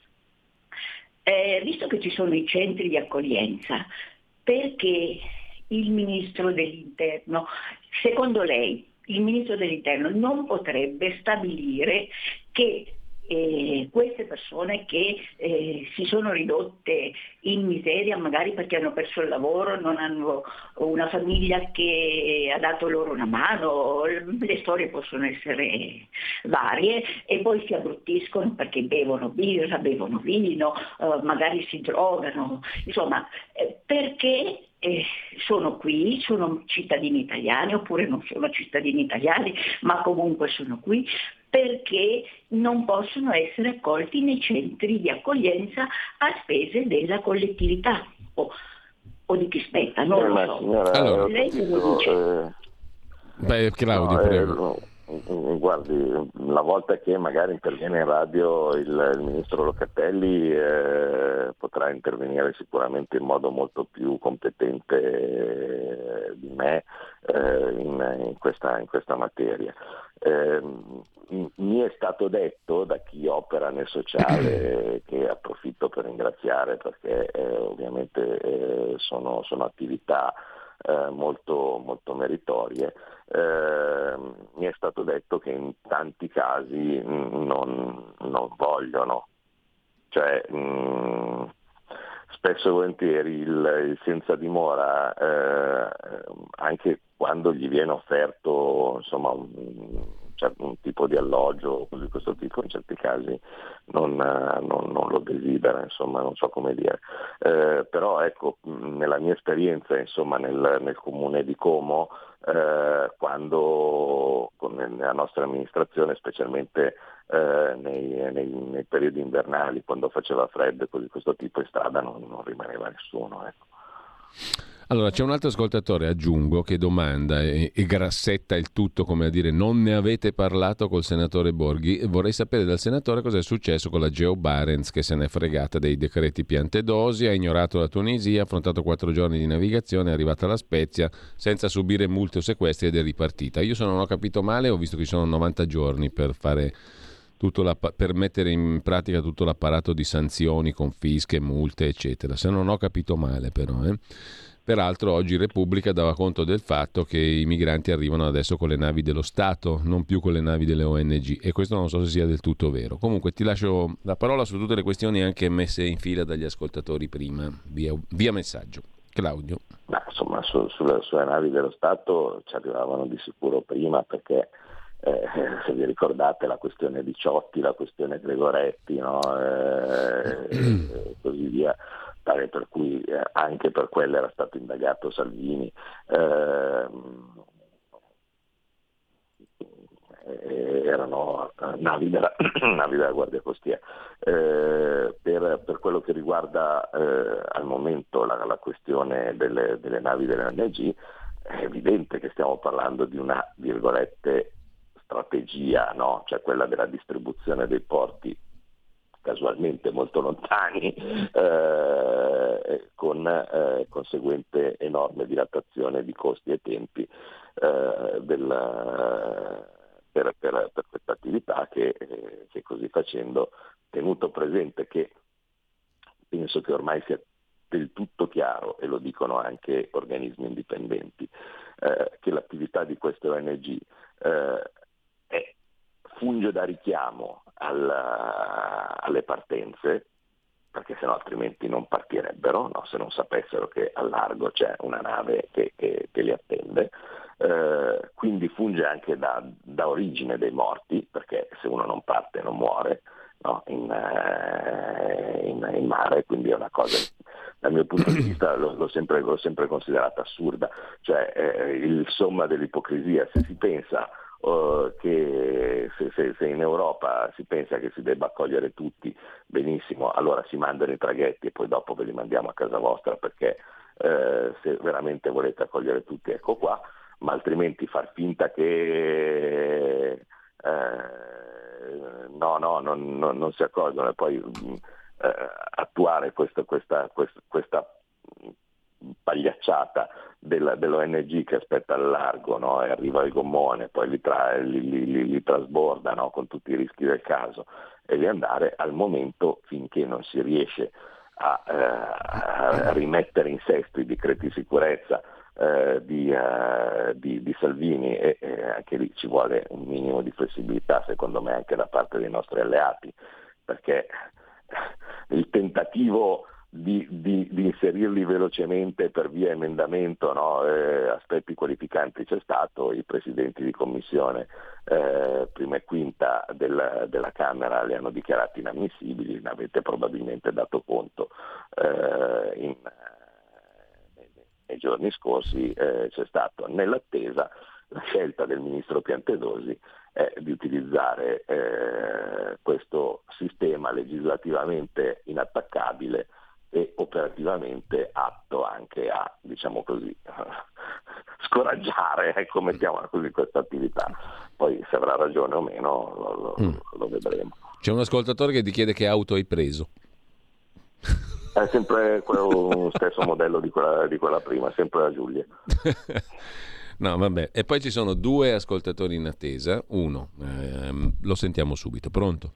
eh, visto che ci sono i centri di accoglienza, perché il ministro dell'Interno, secondo lei, il ministro dell'Interno non potrebbe stabilire che eh, queste persone che eh, si sono ridotte in miseria, magari perché hanno perso il lavoro, non hanno una famiglia che ha dato loro una mano, le storie possono essere varie, e poi si abbruttiscono perché bevono birra, bevono vino, eh, magari si drogano, insomma, eh, perché Eh, sono qui, sono cittadini italiani oppure non sono cittadini italiani, ma comunque sono qui, perché non possono essere accolti nei centri di accoglienza a spese della collettività o, o di chi spetta, non lo so.
Signora,
allora,
lei
capito,
lo dice?
Eh,
Beh, Claudio,
no,
prego.
Eh, guardi, la volta che magari interviene in radio il, il ministro Locatelli eh, potrà intervenire sicuramente in modo molto più competente eh, di me eh, in, in, questa, in questa materia. Eh, mi è stato detto da chi opera nel sociale, che approfitto per ringraziare perché eh, ovviamente eh, sono, sono attività eh, molto, molto meritorie, eh, mi è stato detto che in tanti casi mh, non, non vogliono, cioè mh, spesso e volentieri il, il senza dimora, eh, anche quando gli viene offerto insomma un cioè, un tipo di alloggio di questo tipo in certi casi non, non, non lo desidera, insomma non so come dire. Eh, però ecco, nella mia esperienza insomma nel, nel comune di Como, eh, quando con, nella nostra amministrazione, specialmente eh, nei, nei, nei periodi invernali, quando faceva freddo e cose di questo tipo in strada non, non rimaneva nessuno, ecco.
Allora, c'è un altro ascoltatore, aggiungo, che domanda e, e grassetta il tutto, come a dire, non ne avete parlato col senatore Borghi? Vorrei sapere dal senatore cosa è successo con la Geo Barents, che se n'è fregata dei decreti Piantedosi, ha ignorato la Tunisia, ha affrontato quattro giorni di navigazione, è arrivata alla Spezia senza subire multe o sequestri ed è ripartita. Io se non ho capito male, ho visto che ci sono novanta giorni per fare tutto la, per mettere in pratica tutto l'apparato di sanzioni, confische, multe, eccetera. Se non ho capito male però, eh. Peraltro oggi Repubblica dava conto del fatto che i migranti arrivano adesso con le navi dello Stato, non più con le navi delle O N G, e questo non so se sia del tutto vero. Comunque ti lascio la parola su tutte le questioni anche messe in fila dagli ascoltatori prima, via, via messaggio. Claudio.
Ma insomma su, sulle, sulle navi dello Stato ci arrivavano di sicuro prima, perché eh, se vi ricordate la questione di Ciotti, la questione Gregoretti, no? eh, e così via, tale per cui eh, anche per quello era stato indagato Salvini. Eh, erano navi della, navi della Guardia Costiera. Eh, per, per quello che riguarda eh, al momento la, la questione delle, delle navi delle O N G, è evidente che stiamo parlando di una, virgolette, strategia, no? Cioè quella della distribuzione dei porti casualmente molto lontani, eh, con eh, conseguente enorme dilatazione di costi e tempi eh, del, per, per, per questa attività che, eh, che così facendo, tenuto presente che penso che ormai sia del tutto chiaro, e lo dicono anche organismi indipendenti, eh, che l'attività di queste O N G eh, è, funge da richiamo alla, alle partenze, perché sennò altrimenti non partirebbero, no? Se non sapessero che al largo c'è una nave che, che, che li attende. Eh, quindi funge anche da, da origine dei morti, perché se uno non parte non muore, no? in, eh, in, in mare, quindi è una cosa, dal mio punto di vista l'ho, l'ho, sempre, l'ho sempre considerata assurda, cioè eh, il somma dell'ipocrisia. Se si pensa uh, che se, se, se in Europa si pensa che si debba accogliere tutti, benissimo, allora si mandano i traghetti e poi dopo ve li mandiamo a casa vostra, perché eh, se veramente volete accogliere tutti, ecco qua, ma altrimenti far finta che eh, no, no, non, non, non si accorgono, e poi eh, attuare questo, questa, questa, questa pagliacciata della, dell'O N G che aspetta al largo, no? E arriva il gommone, poi li, tra, li, li, li, li trasborda, no? Con tutti i rischi del caso, e di andare al momento, finché non si riesce a, eh, a rimettere in sesto i decreti di sicurezza Eh, di, uh, di, di Salvini, e, e anche lì ci vuole un minimo di flessibilità, secondo me, anche da parte dei nostri alleati, perché il tentativo di, di, di inserirli velocemente per via emendamento, no? eh, aspetti qualificanti c'è stato, i presidenti di commissione eh, prima e quinta del, della Camera li hanno dichiarati inammissibili, ne avete probabilmente dato conto eh, in nei giorni scorsi. Eh, c'è stato, nell'attesa, la scelta del ministro Piantedosi è di utilizzare eh, questo sistema legislativamente inattaccabile e operativamente atto anche a, diciamo così, scoraggiare, ecco, mettiamola così, questa attività. Poi se avrà ragione o meno lo, lo, mm. lo vedremo.
C'è un ascoltatore che ti chiede che auto hai preso.
È sempre quello stesso modello di quella, di quella prima, sempre la Giulia.
No, vabbè. E poi ci sono due ascoltatori in attesa. Uno, ehm, lo sentiamo subito. Pronto?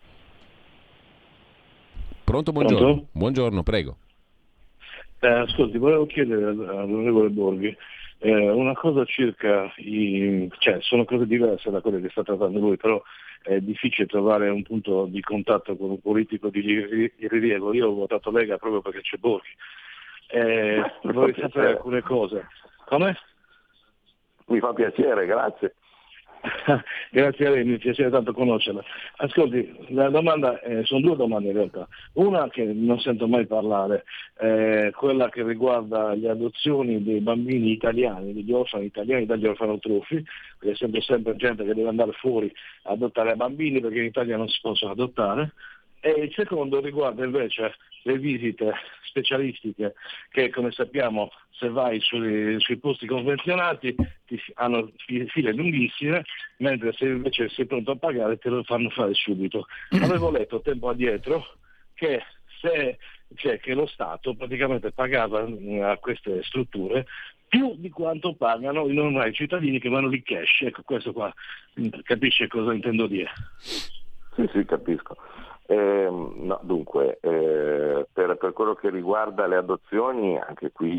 Pronto, buongiorno. Pronto? Buongiorno, prego.
Eh, ascolti, volevo chiedere all'onorevole Borghi eh, una cosa circa i... cioè sono cose diverse da quelle che sta trattando lui, però è difficile trovare un punto di contatto con un politico di rilievo. Io ho votato Lega proprio perché c'è Borghi. Eh, vorrei sapere alcune cose. Come?
Mi fa piacere, grazie.
Grazie a lei, mi piace tanto conoscerla. Ascolti, la domanda, eh, sono due domande in realtà. Una che non sento mai parlare, eh, quella che riguarda le adozioni dei bambini italiani, degli orfani italiani dagli orfanotrofi, perché è sempre, sempre gente che deve andare fuori a adottare bambini perché in Italia non si possono adottare. E il secondo riguarda invece le visite specialistiche che, come sappiamo, se vai sui, sui posti convenzionati ti hanno file lunghissime, mentre se invece sei pronto a pagare te lo fanno fare subito. Avevo letto tempo addietro che, se, cioè, che lo Stato praticamente pagava a queste strutture più di quanto pagano i normali cittadini che vanno di cash. Ecco, questo qua capisce cosa intendo dire?
Sì, sì, capisco. Eh, no, dunque, eh, per, per quello che riguarda le adozioni, anche qui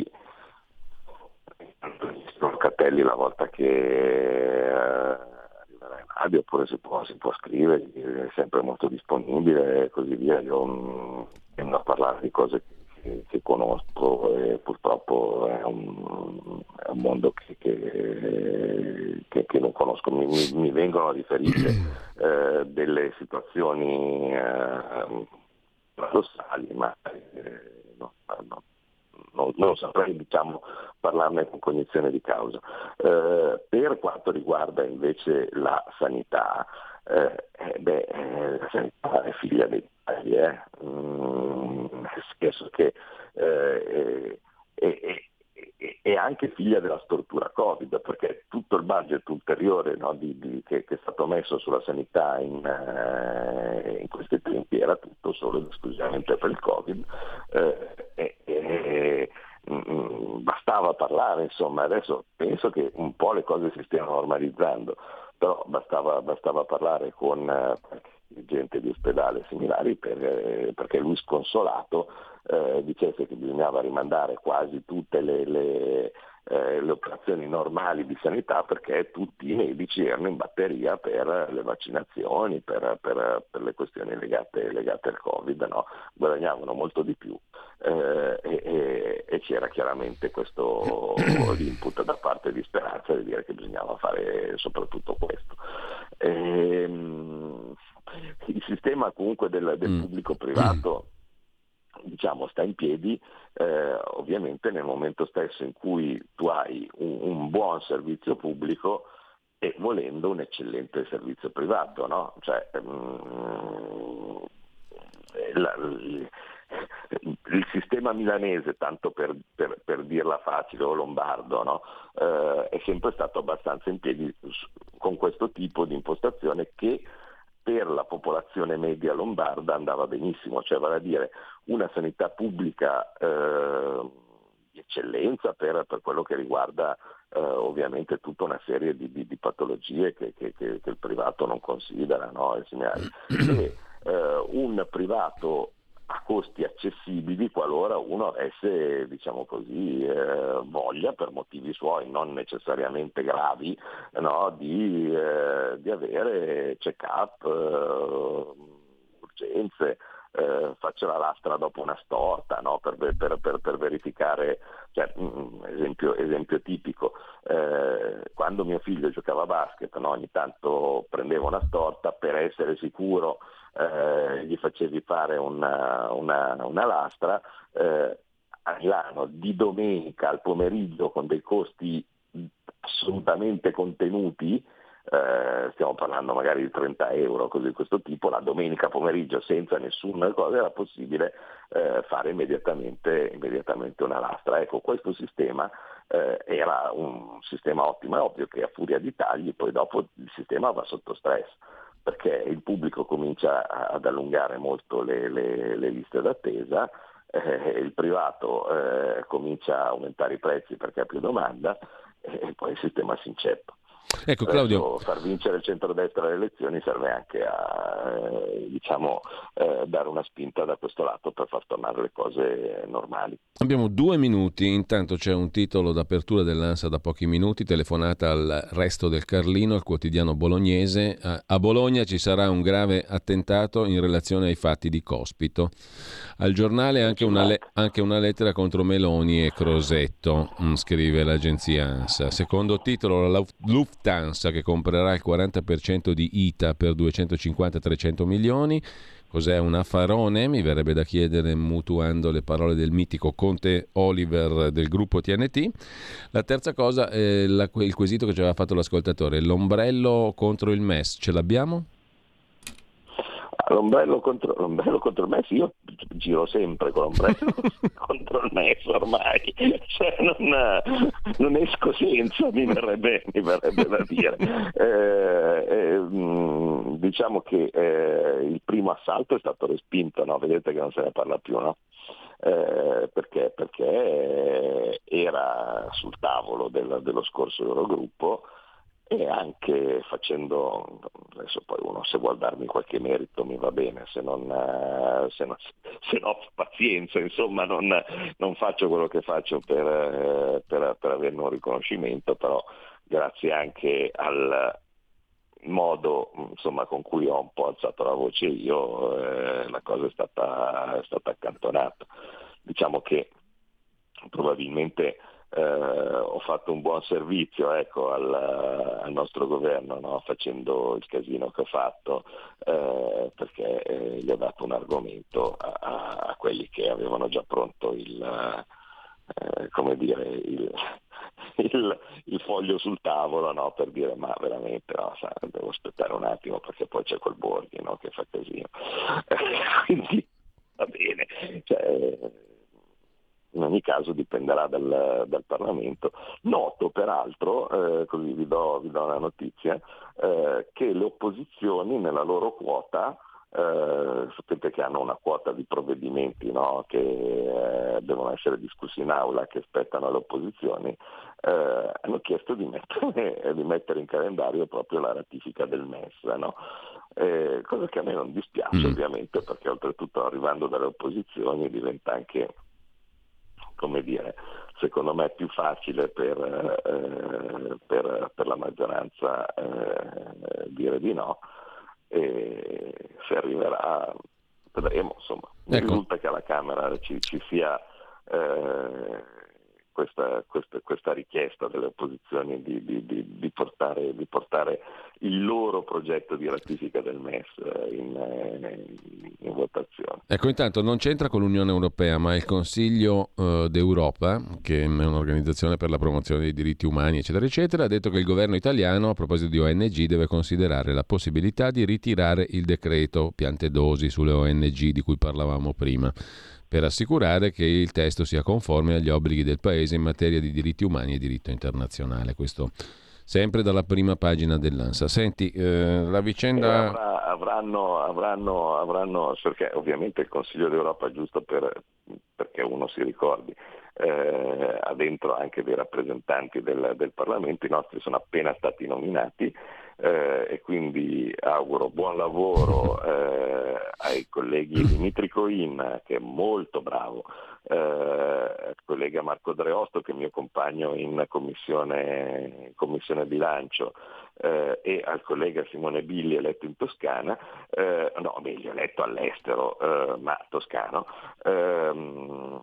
Locatelli la volta che eh, arriverà in radio, oppure si può, si può scrivere, è sempre molto disponibile e così via. Io mh, tendo a parlare di cose che, che conosco e purtroppo è un, è un mondo che, che, che, che non conosco. Mi, mi, mi vengono riferite eh, delle situazioni eh, paradossali, ma eh, no, no, non, non saprei, diciamo, parlarne con cognizione di causa. Eh, per quanto riguarda invece la sanità, eh, eh, beh, eh, la sanità è figlia dei tagli, eh. mm, spesso che eh, è, è, è anche figlia della stortura Covid, perché tutto il budget ulteriore, no, di, di, che, che è stato messo sulla sanità in, eh, in questi tempi era tutto solo ed esclusivamente per il Covid. Eh, e, e, mh, bastava parlare, insomma. Adesso penso che un po' le cose si stiano normalizzando, però bastava, bastava parlare con eh, dirigente di ospedale similari per, eh, perché lui sconsolato eh, dicesse che bisognava rimandare quasi tutte le, le, eh, le operazioni normali di sanità perché tutti i medici erano in batteria per le vaccinazioni, per, per, per le questioni legate, legate al Covid, no? Guadagnavano molto di più eh, e, e, e c'era chiaramente questo input da parte di Speranza di dire che bisognava fare soprattutto questo. E, il sistema comunque del, del mm. pubblico privato, diciamo, sta in piedi eh, ovviamente nel momento stesso in cui tu hai un, un buon servizio pubblico e volendo un eccellente servizio privato, no? Cioè, mm, la, il, il sistema milanese, tanto per, per, per dirla facile, o lombardo, no? eh, è sempre stato abbastanza in piedi con questo tipo di impostazione che per la popolazione media lombarda andava benissimo, cioè vale a dire una sanità pubblica eh, di eccellenza per, per quello che riguarda eh, ovviamente tutta una serie di, di, di patologie che, che, che, che il privato non considera, no? E eh, un privato a costi accessibili qualora uno avesse, diciamo così, eh, voglia per motivi suoi, non necessariamente gravi, no, di, eh, di avere check-up, eh, urgenze, eh, faccio la lastra dopo una storta, no, per, per, per, per verificare, cioè, mh, esempio, esempio tipico, eh, quando mio figlio giocava a basket, no, ogni tanto prendeva una storta per essere sicuro. Eh, gli facevi fare una, una, una lastra eh, a Milano di domenica al pomeriggio con dei costi assolutamente contenuti, eh, stiamo parlando magari di trenta euro, così di questo tipo, la domenica pomeriggio senza nessuna cosa era possibile eh, fare immediatamente, immediatamente una lastra. Ecco, questo sistema eh, era un sistema ottimo. È ovvio che a furia di tagli poi dopo il sistema va sotto stress, perché il pubblico comincia ad allungare molto le, le, le liste d'attesa, eh, il privato eh, comincia a aumentare i prezzi perché ha più domanda e poi il sistema si inceppa.
Ecco, Claudio,
far vincere il centrodestra alle elezioni serve anche a eh, diciamo eh, dare una spinta da questo lato per far tornare le cose normali.
Abbiamo due minuti, intanto c'è un titolo d'apertura dell'Ansa da pochi minuti, telefonata al Resto del Carlino, al quotidiano bolognese. A Bologna ci sarà un grave attentato in relazione ai fatti di Cospito. Al giornale anche una, le- anche una lettera contro Meloni e Crosetto, scrive l'agenzia Ansa. Secondo titolo, la Lufthansa Lufthansa che comprerà il quaranta per cento di I T A per duecentocinquanta trecento milioni. Cos'è un affarone? Mi verrebbe da chiedere, mutuando le parole del mitico Conte Oliver del gruppo T N T. La terza cosa è la, il quesito che ci aveva fatto l'ascoltatore: l'ombrello contro il M E S ce l'abbiamo?
L'ombrello contro, l'ombrello contro il M E S, io giro sempre con l'ombrello contro il M E S ormai, cioè non, non esco senza, mi verrebbe, mi verrebbe da dire. Eh, eh, diciamo che eh, il primo assalto è stato respinto, no? Vedete che non se ne parla più, no? Eh, perché? Perché era sul tavolo del, dello scorso Eurogruppo, e anche facendo, adesso poi uno se vuol darmi qualche merito mi va bene, se non, se non, se no pazienza, insomma non, non faccio quello che faccio per, per, per averne un riconoscimento, però grazie anche al modo, insomma, con cui ho un po' alzato la voce io, eh, la cosa è stata, è stata accantonata. Diciamo che probabilmente Eh, ho fatto un buon servizio, ecco, al, al nostro governo, no? Facendo il casino che ho fatto, eh, perché eh, gli ho dato un argomento a, a, a quelli che avevano già pronto il, eh, come dire, il, il, il foglio sul tavolo, no? Per dire ma veramente no, sa, devo aspettare un attimo perché poi c'è quel Borghi, no? Che fa casino. Quindi va bene, cioè, in ogni caso dipenderà dal, dal Parlamento. Noto peraltro, eh, così vi do, vi do una notizia, eh, che le opposizioni nella loro quota, eh, sapete che hanno una quota di provvedimenti, no, che eh, devono essere discussi in aula, che spettano alle opposizioni, eh, hanno chiesto di mettere, di mettere in calendario proprio la ratifica del M E S, no? Eh, cosa che a me non dispiace, mm. ovviamente, perché oltretutto arrivando dalle opposizioni diventa anche, come dire, secondo me è più facile per, eh, per, per la maggioranza eh, dire di no, e se arriverà vedremo, insomma. Mi
Ecco.
Risulta che alla Camera ci, ci sia eh, questa, questa, questa richiesta delle opposizioni di, di, di, di, portare, di portare il loro progetto di ratifica del M E S in, in votazione.
Ecco, intanto non c'entra con l'Unione Europea, ma il Consiglio uh, d'Europa, che è un'organizzazione per la promozione dei diritti umani, eccetera, eccetera, ha detto che il governo italiano, a proposito di O N G, deve considerare la possibilità di ritirare il decreto Piantedosi sulle O N G di cui parlavamo prima, per assicurare che il testo sia conforme agli obblighi del Paese in materia di diritti umani e diritto internazionale. Questo sempre dalla prima pagina dell'ANSA. Senti, eh, la vicenda...
Avrà, avranno, avranno, avranno, perché ovviamente il Consiglio d'Europa, giusto per, perché uno si ricordi, eh, ha dentro anche dei rappresentanti del, del Parlamento, i nostri sono appena stati nominati, eh, e quindi auguro buon lavoro eh, ai colleghi Dimitri Coin, che è molto bravo, eh, il collega Marco Dreosto, che è mio compagno in commissione, commissione bilancio, eh, e al collega Simone Billi, eletto in Toscana, eh, no meglio eletto all'estero, eh, ma toscano, ehm,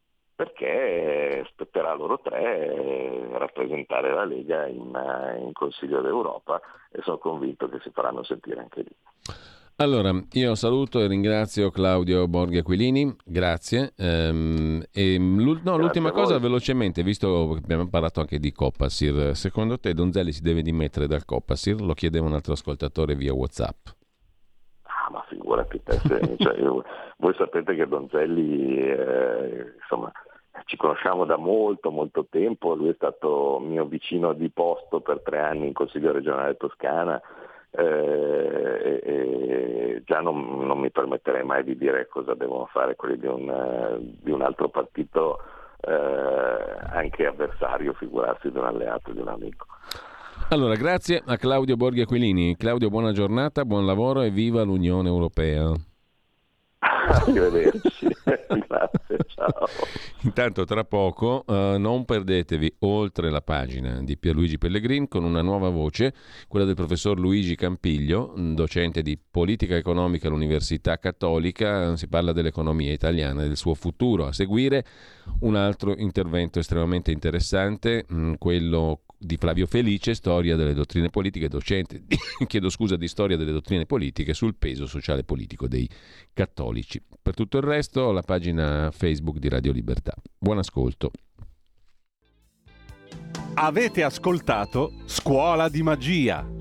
perché spetterà loro tre rappresentare la Lega in, in Consiglio d'Europa, e sono convinto che si faranno sentire anche lì.
Allora, io saluto e ringrazio Claudio Borghi Aquilini, grazie. Ehm, e l'ul- no,
Grazie
l'ultima
a
cosa
voi.
velocemente, visto che abbiamo parlato anche di Copasir, secondo te Donzelli si deve dimettere dal Copasir? Lo chiedeva un altro ascoltatore via WhatsApp.
Ah, ma figurati te, se, cioè, io, voi sapete che Donzelli, eh, insomma, ci conosciamo da molto molto tempo, lui è stato mio vicino di posto per tre anni in Consiglio regionale Toscana, eh, e, e già non, non mi permetterei mai di dire cosa devono fare quelli di un, eh, di un altro partito, eh, anche avversario, figurarsi di un alleato, di un amico.
Allora, grazie a Claudio Borghi Aquilini. Claudio, buona giornata, buon lavoro e viva l'Unione Europea.
Arrivederci. Grazie, ciao.
Intanto tra poco uh, non perdetevi Oltre la pagina di Pierluigi Pellegrin, con una nuova voce, quella del professor Luigi Campiglio, docente di politica economica all'Università Cattolica. Si parla dell'economia italiana e del suo futuro. A seguire un altro intervento estremamente interessante, mh, quello di Flavio Felice, storia delle dottrine politiche, docente, chiedo scusa, di storia delle dottrine politiche sul peso sociale politico dei cattolici. Per tutto il resto, la pagina Facebook di Radio Libertà. Buon ascolto.
Avete ascoltato Scuola di Magia.